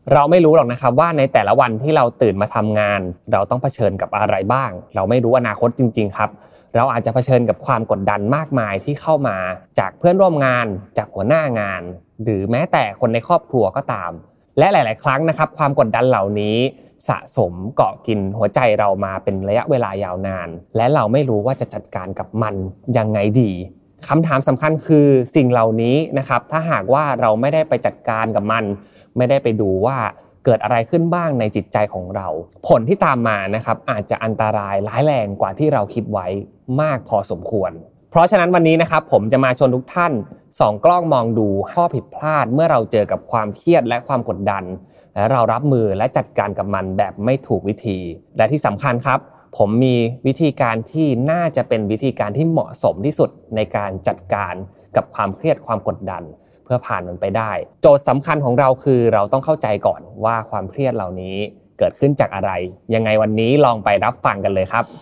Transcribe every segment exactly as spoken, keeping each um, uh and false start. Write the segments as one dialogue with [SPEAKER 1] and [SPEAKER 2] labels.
[SPEAKER 1] เราไม่รู้หรอกนะครับว่าในแต่ละวันที่เราตื่นมาทำงานเราต้องเผชิญกับอะไรบ้างเราไม่รู้อนาคตจริงๆครับเราอาจจะเผชิญกับความกดดันมากมายที่เข้ามาจากเพื่อนร่วมงานจากหัวหน้างานหรือแม้แต่คนในครอบครัวก็ตามและหลายๆครั้งนะครับความกดดันเหล่านี้สะสมเกาะกินหัวใจเรามาเป็นระยะเวลายาวนานและเราไม่รู้ว่าจะจัดการกับมันยังไงดีคำถามสำคัญคือสิ่งเหล่านี้นะครับถ้าหากว่าเราไม่ได้ไปจัดการกับมันไม่ได้ไปดูว่าเกิดอะไรขึ้นบ้างในจิตใจของเราผลที่ตามมานะครับอาจจะอันตรายร้ายแรงกว่าที่เราคิดไว้มากพอสมควรเพราะฉะนั้นวันนี้นะครับผมจะมาชวนทุกท่านส่องกล้องมองดูข้อผิดพลาดเมื่อเราเจอกับความเครียดและความกดดันและเรารับมือและจัดการกับมันแบบไม่ถูกวิธีและที่สำคัญครับผมมีวิธีการที่น่าจะเป็นวิธีการที่เหมาะสมที่สุดในการจัดการกับความเครียดความกดดันเพื่อผ่านมันไปได้โจทย์สำคัญของเราคือเราต้องเข้าใจก่อนว่าความเครียดเหล่านี้เกิดขึ้นจากอะไรยังไงวันนี้ลองไปรับฟังกันเลยครับ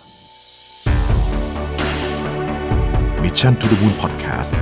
[SPEAKER 2] Mission to the Moon Podcast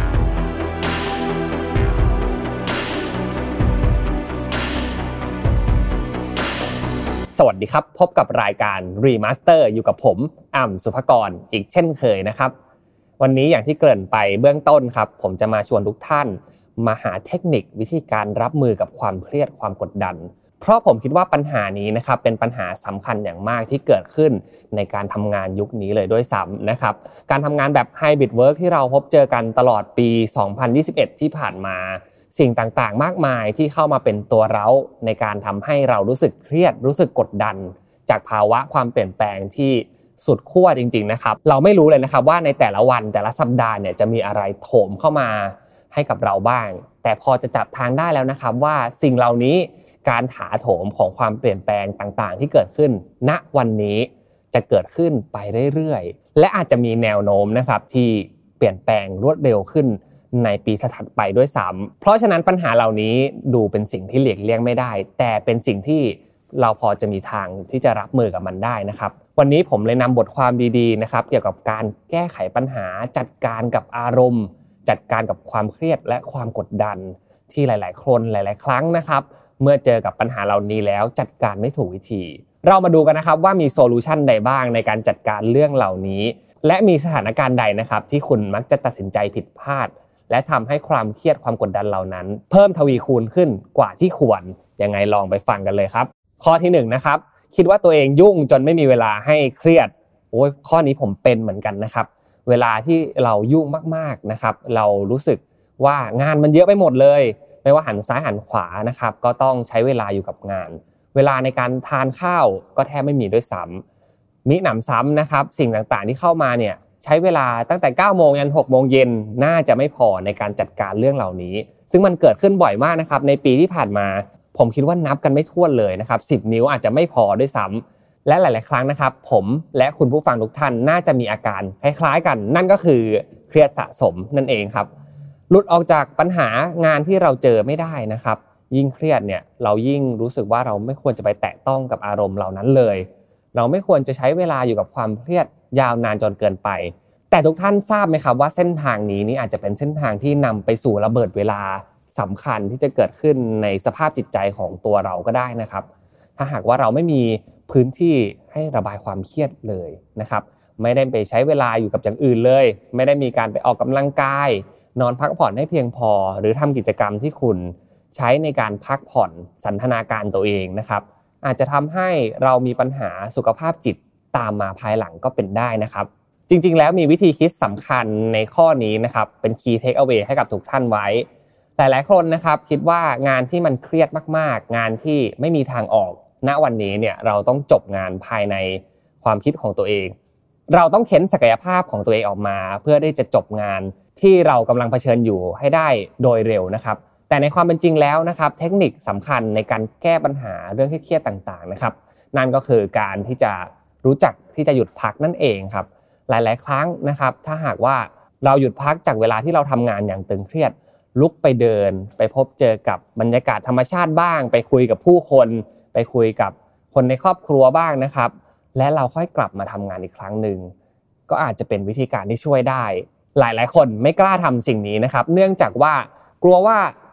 [SPEAKER 1] สวัสดีครับพบกับรายการ Remaster อยู่กับผมอ่ำสุภกรอีกเช่นเคยนะครับวันนี้อย่างที่เกริ่นไปเบื้องต้นครับผมจะมาชวนทุกท่านมาหาเทคนิควิธีการรับมือกับความเครียดความกดดันเพราะผมคิดว่าปัญหานี้นะครับเป็นปัญหาสำคัญอย่างมากที่เกิดขึ้นในการทำงานยุคนี้เลยด้วยซ้ำนะครับการทำงานแบบ Hybrid Work ที่เราพบเจอกันตลอดปีสองพันยี่สิบเอ็ดที่ผ่านมาสิ่งต่างๆมากมายที่เข้ามาเป็นตัวเร้าในการทำให้เรารู้สึกเครียดรู้สึกกดดันจากภาวะความเปลี่ยนแปลงที่สุดขั้วจริงๆนะครับเราไม่รู้เลยนะครับว่าในแต่ละวันแต่ละสัปดาห์เนี่ยจะมีอะไรโถมเข้ามาให้กับเราบ้างแต่พอจะจับทางได้แล้วนะครับว่าสิ่งเหล่านี้การถาโถมของความเปลี่ยนแปลงต่างๆที่เกิดขึ้นณวันนี้จะเกิดขึ้นไปเรื่อยๆและอาจจะมีแนวโน้มนะครับที่เปลี่ยนแปลงรวดเร็วขึ้นในปีถัดไปด้วยซ้ำเพราะฉะนั้นปัญหาเหล่านี้ดูเป็นสิ่งที่หลีกเลี่ยงไม่ได้แต่เป็นสิ่งที่เราพอจะมีทางที่จะรับมือกับมันได้นะครับวันนี้ผมเลยนำบทความดีๆนะครับเกี่ยวกับการแก้ไขปัญหาจัดการกับอารมณ์จัดการกับความเครียดและความกดดันที่หลายๆคนหลายๆครั้งนะครับเมื่อเจอกับปัญหาเหล่านี้แล้วจัดการไม่ถูกวิธีเรามาดูกันนะครับว่ามีโซลูชันใดบ้างในการจัดการเรื่องเหล่านี้และมีสถานการณ์ใดนะครับที่คุณมักจะตัดสินใจผิดพลาดและทำให้ความเครียดความกดดันเหล่านั้นเพิ่มทวีคูณขึ้นกว่าที่ควรยังไงลองไปฟังกันเลยครับข้อที่หนึ่งนะครับคิดว่าตัวเองยุ่งจนไม่มีเวลาให้เครียดโอ้ยข้อนี้ผมเป็นเหมือนกันนะครับเวลาที่เรายุ่งมากๆนะครับเรารู้สึกว่างานมันเยอะไปหมดเลยไม่ว่าหันซ้ายหันขวานะครับก็ต้องใช้เวลาอยู่กับงานเวลาในการทานข้าวก็แทบไม่มีด้วยซ้ำมิหนำซ้ำนะครับสิ่งต่างๆที่เข้ามาเนี่ยใช้เวลาตั้งแต่เก้าโมงยันหกโมงเย็นน่าจะไม่พอในการจัดการเรื่องเหล่านี้ซึ่งมันเกิดขึ้นบ่อยมากนะครับในปีที่ผ่านมาผมคิดว่านับกันไม่ถ้วนเลยนะครับสิบนิ้วอาจจะไม่พอด้วยซ้ำและหลายๆครั้งนะครับผมและคุณผู้ฟังทุกท่านน่าจะมีอาการคล้ายๆกันนั่นก็คือเครียดสะสมนั่นเองครับหลุดออกจากปัญหางานที่เราเจอไม่ได้นะครับยิ่งเครียดเนี่ยเรายิ่งรู้สึกว่าเราไม่ควรจะไปแตะต้องกับอารมณ์เหล่านั้นเลยเราไม่ควรจะใช้เวลาอยู่กับความเครียดยาวนานจนเกินไปแต่ทุกท่านทราบไหมครับว่าเส้นทางนี้นี่อาจจะเป็นเส้นทางที่นำไปสู่ระเบิดเวลาสำคัญที่จะเกิดขึ้นในสภาพจิตใจของตัวเราก็ได้นะครับถ้าหากว่าเราไม่มีพื้นที่ให้ระบายความเครียดเลยนะครับไม่ได้ไปใช้เวลาอยู่กับอย่างอื่นเลยไม่ได้มีการไปออกกำลังกายนอนพักผ่อนให้เพียงพอหรือทำกิจกรรมที่คุณใช้ในการพักผ่อนสันทนาการตัวเองนะครับอาจจะทำให้เรามีปัญหาสุขภาพจิตตามมาภายหลังก็เป็นได้นะครับจริงๆแล้วมีวิธีคิดสำคัญในข้อนี้นะครับเป็น key take away ให้กับทุกท่านไว้หลายๆคนนะครับคิดว่างานที่มันเครียดมากๆงานที่ไม่มีทางออกณวันนี้เนี่ยเราต้องจบงานภายในความคิดของตัวเองเราต้องเค้นศักยภาพของตัวเองออกมาเพื่อที่จะจบงานที่เรากำลังเผชิญอยู่ให้ได้โดยเร็วนะครับแต่ในความเป็นจริงแล้วนะครับเทคนิคสำคัญในการแก้ปัญหาเรื่องเครียดต่างๆนะครับนั่นก็คือการที่จะรู้จักที่จะหยุดพักนั่นเองครับหลายๆครั้งนะครับถ้าหากว่าเราหยุดพักจากเวลาที่เราทำงานอย่างตึงเครียดลุกไปเดินไปพบเจอกับบรรยากาศธรรมชาติบ้างไปคุยกับผู้คนไปคุยกับคนในครอบครัวบ้างนะครับและเราค่อยกลับมาทำงานอีกครั้งนึงก็อาจจะเป็นวิธีการที่ช่วยได้หลายๆคนไม่กล้าทำสิ่งนี้นะครับเนื่องจากว่ากลัวว่า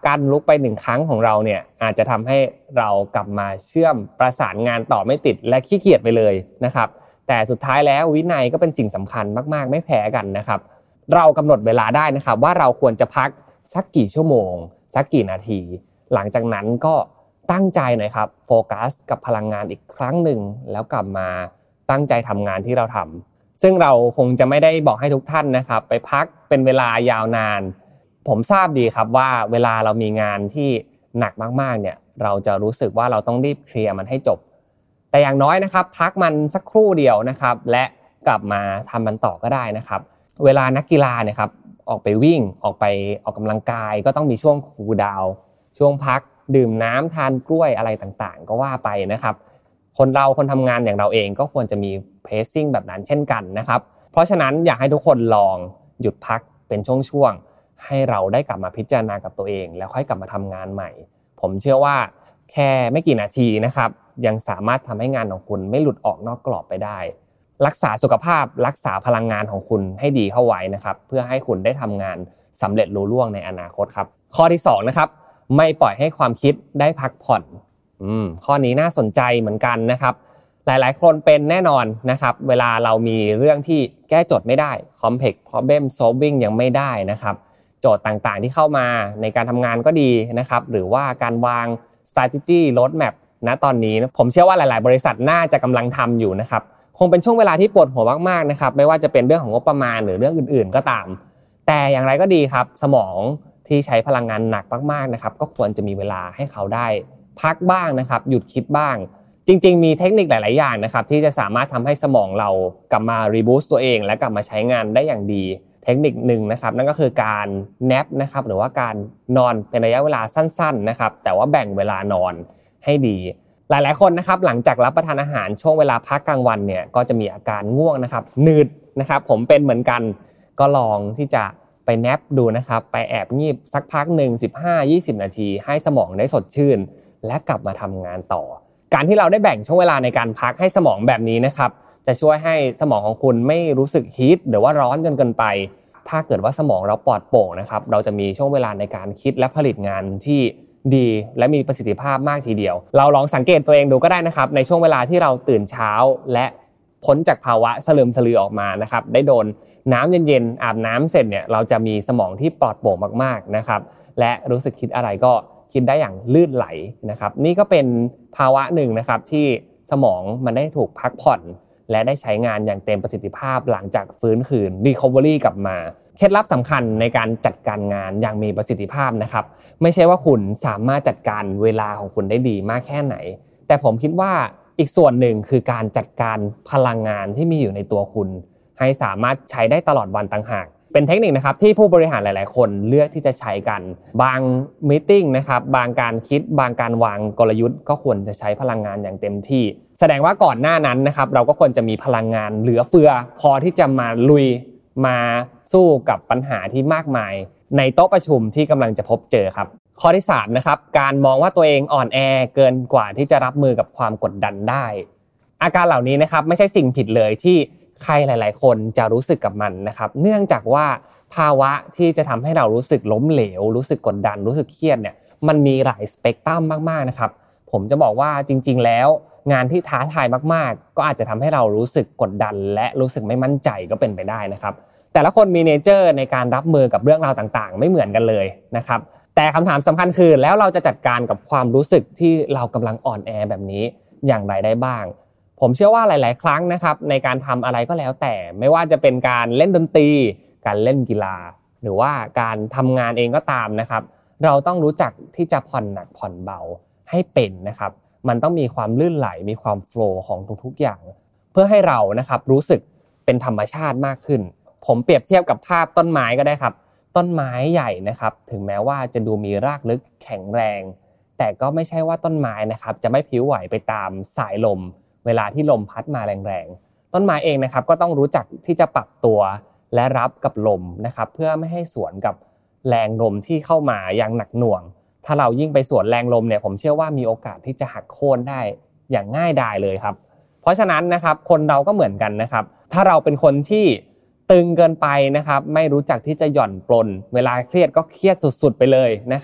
[SPEAKER 1] การลุกไปหนึ่งครั้งของเราเนี่ยอาจจะทำให้เรากลับมาเชื่อมประสานงานต่อไม่ติดและขี้เกียจไปเลยนะครับแต่สุดท้ายแล้ววินัยก็เป็นสิ่งสำคัญมากๆไม่แพ้กันนะครับเรากำหนดเวลาได้นะครับว่าเราควรจะพักสักกี่ชั่วโมงสักกี่นาทีหลังจากนั้นก็ตั้งใจหน่อยครับโฟกัสกับพลังงานอีกครั้งหนึ่งแล้วกลับมาตั้งใจทำงานที่เราทำซึ่งเราคงจะไม่ได้บอกให้ทุกท่านนะครับไปพักเป็นเวลายาวนานผมทราบดีครับว่าเวลาเรามีงานที่หนักมากๆเนี่ยเราจะรู้สึกว่าเราต้องรีบเคลียร์มันให้จบแต่อย่างน้อยนะครับพักมันสักครู่เดียวนะครับและกลับมาทำมันต่อก็ได้นะครับเวลานักกีฬาเนี่ยครับออกไปวิ่งออกไปออกกำลังกายก็ต้องมีช่วงคูลดาวน์ช่วงพักดื่มน้ำทานกล้วยอะไรต่างๆก็ว่าไปนะครับคนเราคนทำงานอย่างเราเองก็ควรจะมีเพรสซิ่งแบบนั้นเช่นกันนะครับเพราะฉะนั้นอยากให้ทุกคนลองหยุดพักเป็นช่วงๆให้เราได้กลับมาพิจารณากับตัวเองแล้วค่อยกลับมาทำงานใหม่ผมเชื่อว่าแค่ไม่กี่นาทีนะครับยังสามารถทำให้งานของคุณไม่หลุดออกนอกกรอบไปได้รักษาสุขภาพรักษาพลังงานของคุณให้ดีเข้าไว้นะครับเพื่อให้คุณได้ทำงานสำเร็จลุล่วงในอนาคตครับข้อที่สองนะครับไม่ปล่อยให้ความคิดได้พักผ่อนอืมข้อนี้น่าสนใจเหมือนกันนะครับหลายๆคนเป็นแน่นอนนะครับเวลาเรามีเรื่องที่แก้โจทย์ไม่ได้ complex problem solving ยังไม่ได้นะครับโจทย์ต่างๆที่เข้ามาในการทำงานก็ดีนะครับหรือว่าการวาง strategy roadmap ณตอนนี้ผมเชื่อว่าหลายๆบริษัทน่าจะกำลังทำอยู่นะครับคงเป็นช่วงเวลาที่ปวดหัวมากๆนะครับไม่ว่าจะเป็นเรื่องของงบประมาณหรือเรื่องอื่นๆก็ตามแต่อย่างไรก็ดีครับสมองที่ใช้พลังงานหนักมากๆนะครับก็ควรจะมีเวลาให้เขาได้พักบ้างนะครับหยุดคิดบ้างจริงๆมีเทคนิคหลายๆอย่างนะครับที่จะสามารถทำให้สมองเรากลับมารีบูสต์ตัวเองและกลับมาใช้งานได้อย่างดีเทคนิคหนึ่งนะครับนั่นก็คือการแนปนะครับหรือว่าการนอนเป็นระยะเวลาสั้นๆนะครับแต่ว่าแบ่งเวลานอนให้ดีหลายๆคนนะครับหลังจากรับประทานอาหารช่วงเวลาพักกลางวันเนี่ยก็จะมีอาการง่วงนะครับหนืดนะครับผมเป็นเหมือนกันก็ลองที่จะไปแนปดูนะครับไปแอบงีบสักพักหนึ่ง สิบห้าถึงยี่สิบ นาทีให้สมองได้สดชื่นและกลับมาทำงานต่อการที่เราได้แบ่งช่วงเวลาในการพักให้สมองแบบนี้นะครับจะช่วยให้สมองของคุณไม่รู้สึกฮีทหรือว่าร้อนจนเกินไปถ้าเกิดว่าสมองเราปลอดโปร่งนะครับเราจะมีช่วงเวลาในการคิดและผลิตงานที่ดีและมีประสิทธิภาพมากทีเดียวเราลองสังเกตตัวเองดูก็ได้นะครับในช่วงเวลาที่เราตื่นเช้าและพ้นจากภาวะสลืมสลือออกมานะครับได้โดนน้ำเย็นๆอาบน้ำเสร็จเนี่ยเราจะมีสมองที่ปลอดโปร่งมากๆนะครับและรู้สึกคิดอะไรก็คิดได้อย่างลื่นไหลนะครับนี่ก็เป็นภาวะหนึ่งนะครับที่สมองมันได้ถูกพักผ่อนและได้ใช้งานอย่างเต็มประสิทธิภาพหลังจากฟื้นคืน recovery กลับมาเคล็ดลับสำคัญในการจัดการงานอย่างมีประสิทธิภาพนะครับไม่ใช่ว่าคุณสามารถจัดการเวลาของคุณได้ดีมากแค่ไหนแต่ผมคิดว่าอีกส่วนหนึ่งคือการจัดการพลังงานที่มีอยู่ในตัวคุณให้สามารถใช้ได้ตลอดวันต่างหากเป็นเทคนิคนะครับที่ผู้บริหารหลายๆคนเลือกที่จะใช้กันบางมีตติ้งนะครับบางการคิดบางการวางกลยุทธ์ก็ควรจะใช้พลังงานอย่างเต็มที่แสดงว่าก่อนหน้านั้นนะครับเราก็ควรจะมีพลังงานเหลือเฟือพอที่จะมาลุยมาสู้กับปัญหาที่มากมายในโต๊ะประชุมที่กำลังจะพบเจอครับข้อที่สามนะครับการมองว่าตัวเองอ่อนแอเกินกว่าที่จะรับมือกับความกดดันได้อาการเหล่านี้นะครับไม่ใช่สิ่งผิดเลยที่ใครหลายๆคนจะรู้สึกกับมันนะครับเนื่องจากว่าภาวะที่จะทำให้เรารู้สึกล้มเหลวรู้สึกกดดันรู้สึกเครียดเนี่ยมันมีหลายสเปกตรัมมากๆนะครับผมจะบอกว่าจริงๆแล้วงานที่ท้าทายมากๆก็อาจจะทำให้เรารู้สึกกดดันและรู้สึกไม่มั่นใจก็เป็นไปได้นะครับแต่ละคนมีเนเจอร์ในการรับมือกับเรื่องราวต่างๆไม่เหมือนกันเลยนะครับแต่คำถามสำคัญคือแล้วเราจะจัดการกับความรู้สึกที่เรากำลังอ่อนแอแบบนี้อย่างไรได้บ้างผมเชื่อว่าหลายๆครั้งนะครับในการทำอะไรก็แล้วแต่ไม่ว่าจะเป็นการเล่นดนตรีการเล่นกีฬาหรือว่าการทำงานเองก็ตามนะครับเราต้องรู้จักที่จะผ่อนหนักผ่อนเบาให้เป็นนะครับมันต้องมีความลื่นไหลมีความโฟลว์ของทุกๆอย่างเพื่อให้เรานะครับรู้สึกเป็นธรรมชาติมากขึ้นผมเปรียบเทียบกับภาพต้นไม้ก็ได้ครับต้นไม้ใหญ่นะครับถึงแม้ว่าจะดูมีรากลึกแข็งแรงแต่ก็ไม่ใช่ว่าต้นไม้นะครับจะไม่พลิ้วไหวไปตามสายลมเวลาที่ลมพัดมาแรงๆต้นไม้เองนะครับก็ต้องรู้จักที่จะปรับตัวและรับกับลมนะครับเพื่อไม่ให้สวนกับแรงลมที่เข้ามาอย่างหนักหน่วงถ้าเรายิ่งไปสวนแรงลมเนี่ยผมเชื่อว่ามีโอกาสที่จะหักโค่นได้อย่างง่ายดายเลยครับเพราะฉะนั้นนะครับคนเราก็เหมือนกันนะครับถ้าเราเป็นคนที่ตึงเกินไปนะครับไม่รู้จักที่จะหย่อนปลนเวลาเครียดก็เครียดสุดๆไปเลยนะครับ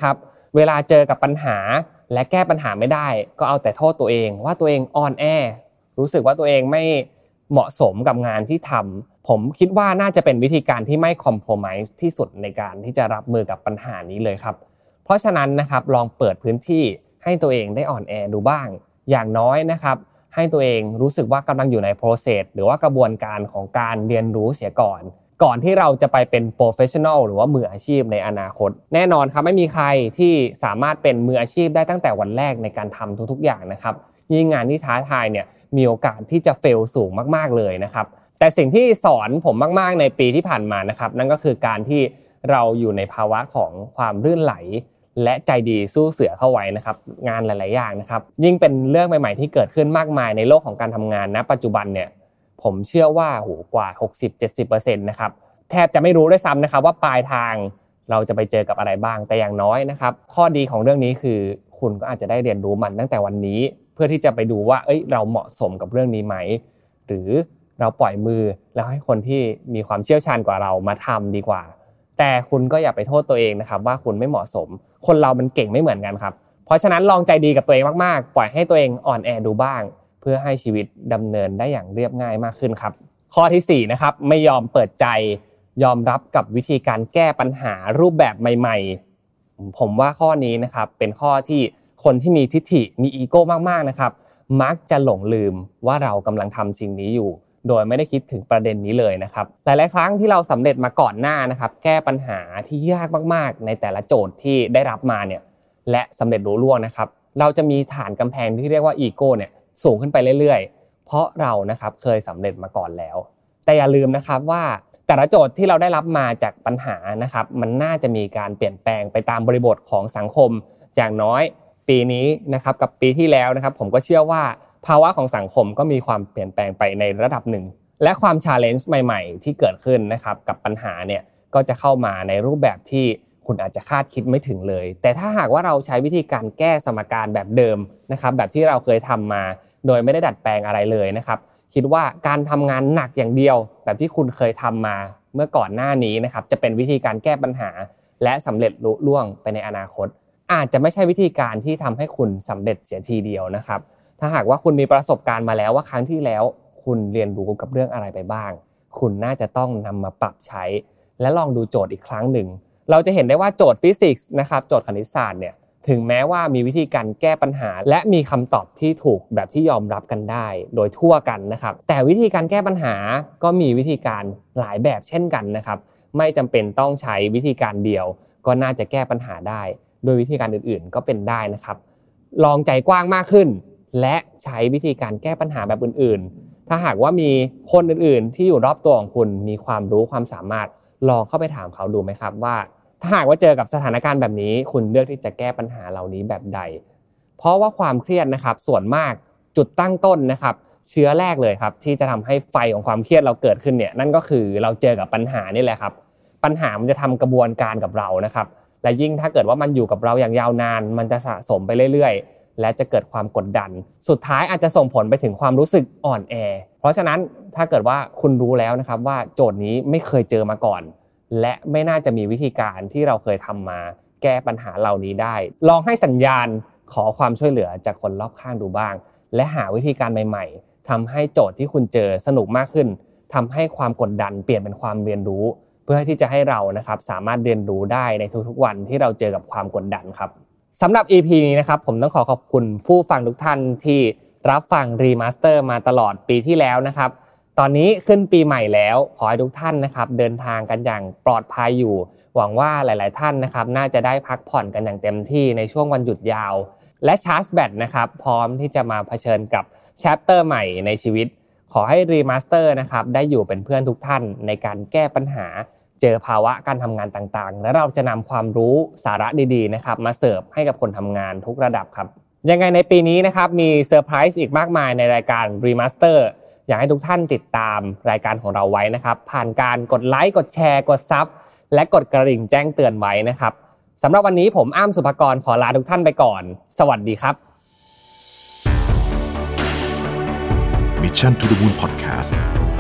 [SPEAKER 1] เวลาเจอกับปัญหาและแก้ปัญหาไม่ได้ก็เอาแต่โทษตัวเองว่าตัวเองอ่อนแอรู้สึกว่าตัวเองไม่เหมาะสมกับงานที่ทำผมคิดว่าน่าจะเป็นวิธีการที่ไม่คอมโพรไมซ์ที่สุดในการที่จะรับมือกับปัญหานี้เลยครับเพราะฉะนั้นนะครับลองเปิดพื้นที่ให้ตัวเองได้อ่อนแอดูบ้างอย่างน้อยนะครับให้ตัวเองรู้สึกว่ากำลังอยู่ใน process หรือว่ากระบวนการของการเรียนรู้เสียก่อนก่อนที่เราจะไปเป็น professional หรือว่ามืออาชีพในอนาคตแน่นอนครับไม่มีใครที่สามารถเป็นมืออาชีพได้ตั้งแต่วันแรกในการทำทุกๆอย่างนะครับยิ่งงานที่ท้าทายเนี่ยมีโอกาสที่จะเฟลสูงมากๆเลยนะครับแต่สิ่งที่สอนผมมากๆในปีที่ผ่านมานะครับนั่นก็คือการที่เราอยู่ในภาวะของความลื่นไหลและใจดีสู้เสือเข้าไว้นะครับงานหลายๆอย่างนะครับยิ่งเป็นเรื่องใหม่ๆที่เกิดขึ้นมากมายในโลกของการทำงานณปัจจุบันเนี่ยผมเชื่อว่าโหกว่า หกสิบถึงเจ็ดสิบเปอร์เซ็นต์ นะครับแทบจะไม่รู้ด้วยซ้ำนะครับว่าปลายทางเราจะไปเจอกับอะไรบ้างแต่อย่างน้อยนะครับข้อดีของเรื่องนี้คือคุณก็อาจจะได้เรียนรู้มันตั้งแต่วันนี้เพื่อที่จะไปดูว่าเอ้ยเราเหมาะสมกับเรื่องนี้ไหมหรือเราปล่อยมือแล้วให้คนที่มีความเชี่ยวชาญกว่าเรามาทำดีกว่าแต่คุณก็อย่าไปโทษตัวเองนะครับว่าคุณไม่เหมาะสมคนเรามันเก่งไม่เหมือนกันครับเพราะฉะนั้นลองใจดีกับตัวเองมากๆปล่อยให้ตัวเองอ่อนแอดูบ้างเพื่อให้ชีวิตดำเนินได้อย่างเรียบง่ายมากขึ้นครับข้อที่สี่นะครับไม่ยอมเปิดใจยอมรับกับวิธีการแก้ปัญหารูปแบบใหม่ๆผมว่าข้อนี้นะครับเป็นข้อที่คนที่มีทิฐิมีอีโก้มากๆนะครับมักจะหลงลืมว่าเรากำลังทำสิ่งนี้อยู่โดยไม่ได้คิดถึงประเด็นนี้เลยนะครับหลายๆครั้งที่เราสำเร็จมาก่อนหน้านะครับแก้ปัญหาที่ยากมากๆในแต่ละโจทย์ที่ได้รับมาเนี่ยและสำเร็จรุ่ล่วงนะครับเราจะมีฐานกำแพงที่เรียกว่าอีโก้เนี่ยสูงขึ้นไปเรื่อยๆเพราะเรานะครับเคยสำเร็จมาก่อนแล้วแต่อย่าลืมนะครับว่าแต่ละโจทย์ที่เราได้รับมาจากปัญหานะครับมันน่าจะมีการเปลี่ยนแปลงไปตามบริบทของสังคมอย่างน้อยปีนี้นะครับกับปีที่แล้วนะครับผมก็เชื่อว่าภาวะของสังคมก็มีความเปลี่ยนแปลงไปในระดับหนึ่งและความ challenge ใหม่ๆที่เกิดขึ้นนะครับกับปัญหาเนี่ยก็จะเข้ามาในรูปแบบที่คุณอาจจะคาดคิดไม่ถึงเลยแต่ถ้าหากว่าเราใช้วิธีการแก้สมการแบบเดิมนะครับแบบที่เราเคยทำมาโดยไม่ได้ดัดแปลงอะไรเลยนะครับคิดว่าการทำงานหนักอย่างเดียวแบบที่คุณเคยทำมาเมื่อก่อนหน้านี้นะครับจะเป็นวิธีการแก้ปัญหาและสำเร็จลุล่วงไปในอนาคตอาจจะไม่ใช่วิธีการที่ทำให้คุณสำเร็จเสียทีเดียวนะครับถ้าหากว่าคุณมีประสบการณ์มาแล้วว่าครั้งที่แล้วคุณเรียนรู้กับเรื่องอะไรไปบ้างคุณน่าจะต้องนำมาปรับใช้และลองดูโจทย์อีกครั้งหนึ่งเราจะเห็นได้ว่าโจทย์ฟิสิกส์นะครับโจทย์คณิตศาสตร์เนี่ยถึงแม้ว่ามีวิธีการแก้ปัญหาและมีคำตอบที่ถูกแบบที่ยอมรับกันได้โดยทั่วกันนะครับแต่วิธีการแก้ปัญหาก็มีวิธีการหลายแบบเช่นกันนะครับไม่จำเป็นต้องใช้วิธีการเดียวก็น่าจะแก้ปัญหาได้โดยวิธีการอื่นๆก็เป็นได้นะครับลองใจกว้างมากขึ้นและใช้วิธีการแก้ปัญหาแบบอื่นๆถ้าหากว่ามีคนอื่นๆที่อยู่รอบตัวของคุณมีความรู้ความสามารถลองเข้าไปถามเขาดูไหมครับว่าถ้าหากว่าเจอกับสถานการณ์แบบนี้คุณเลือกที่จะแก้ปัญหาเหล่านี้แบบใดเพราะว่าความเครียดนะครับส่วนมากจุดตั้งต้นนะครับเชื้อแรกเลยครับที่จะทำให้ไฟของความเครียดเราเกิดขึ้นเนี่ยนั่นก็คือเราเจอกับปัญหานี่แหละครับปัญหามันจะทำกระบวนการกับเรานะครับและยิ่งถ้าเกิดว่ามันอยู่กับเราอย่างยาวนานมันจะสะสมไปเรื่อยๆและจะเกิดความกดดันสุดท้ายอาจจะส่งผลไปถึงความรู้สึกอ่อนแอเพราะฉะนั้นถ้าเกิดว่าคุณรู้แล้วนะครับว่าโจทย์นี้ไม่เคยเจอมาก่อนและไม่น่าจะมีวิธีการที่เราเคยทำมาแก้ปัญหาเหล่านี้ได้ลองให้สัญญาณขอความช่วยเหลือจากคนรอบข้างดูบ้างและหาวิธีการใหม่ๆทำให้โจทย์ที่คุณเจอสนุกมากขึ้นทำให้ความกดดันเปลี่ยนเป็นความเรียนรู้เพื่อที่จะให้เรานะครับสามารถเรียนรู้ได้ในทุกๆวันที่เราเจอกับความกดดันครับสำหรับ อี พี นี้นะครับผมต้องขอขอบคุณผู้ฟังทุกท่านที่รับฟังรีมาสเตอร์มาตลอดปีที่แล้วนะครับตอนนี้ขึ้นปีใหม่แล้วขอให้ทุกท่านนะครับเดินทางกันอย่างปลอดภัยอยู่หวังว่าหลายๆท่านนะครับน่าจะได้พักผ่อนกันอย่างเต็มที่ในช่วงวันหยุดยาวและชาร์จแบตนะครับพร้อมที่จะมาเผชิญกับแชปเตอร์ใหม่ในชีวิตขอให้รีมาสเตอร์นะครับได้อยู่เป็นเพื่อนทุกท่านในการแก้ปัญหาเจอภาวะการทำงานต่างๆและเราจะนำความรู้สาระดีๆนะครับมาเสิร์ฟให้กับคนทำงานทุกระดับครับยังไงในปีนี้นะครับมีเซอร์ไพรส์อีกมากมายในรายการรีมาสเตอร์อยากให้ทุกท่านติดตามรายการของเราไว้นะครับผ่านการกดไลค์กดแชร์กดซับและกดกระดิ่งแจ้งเตือนไว้นะครับสำหรับวันนี้ผมอ้ำสุภกรขอลาทุกท่านไปก่อนสวัสดีครับ
[SPEAKER 2] Mission to the Moon Podcast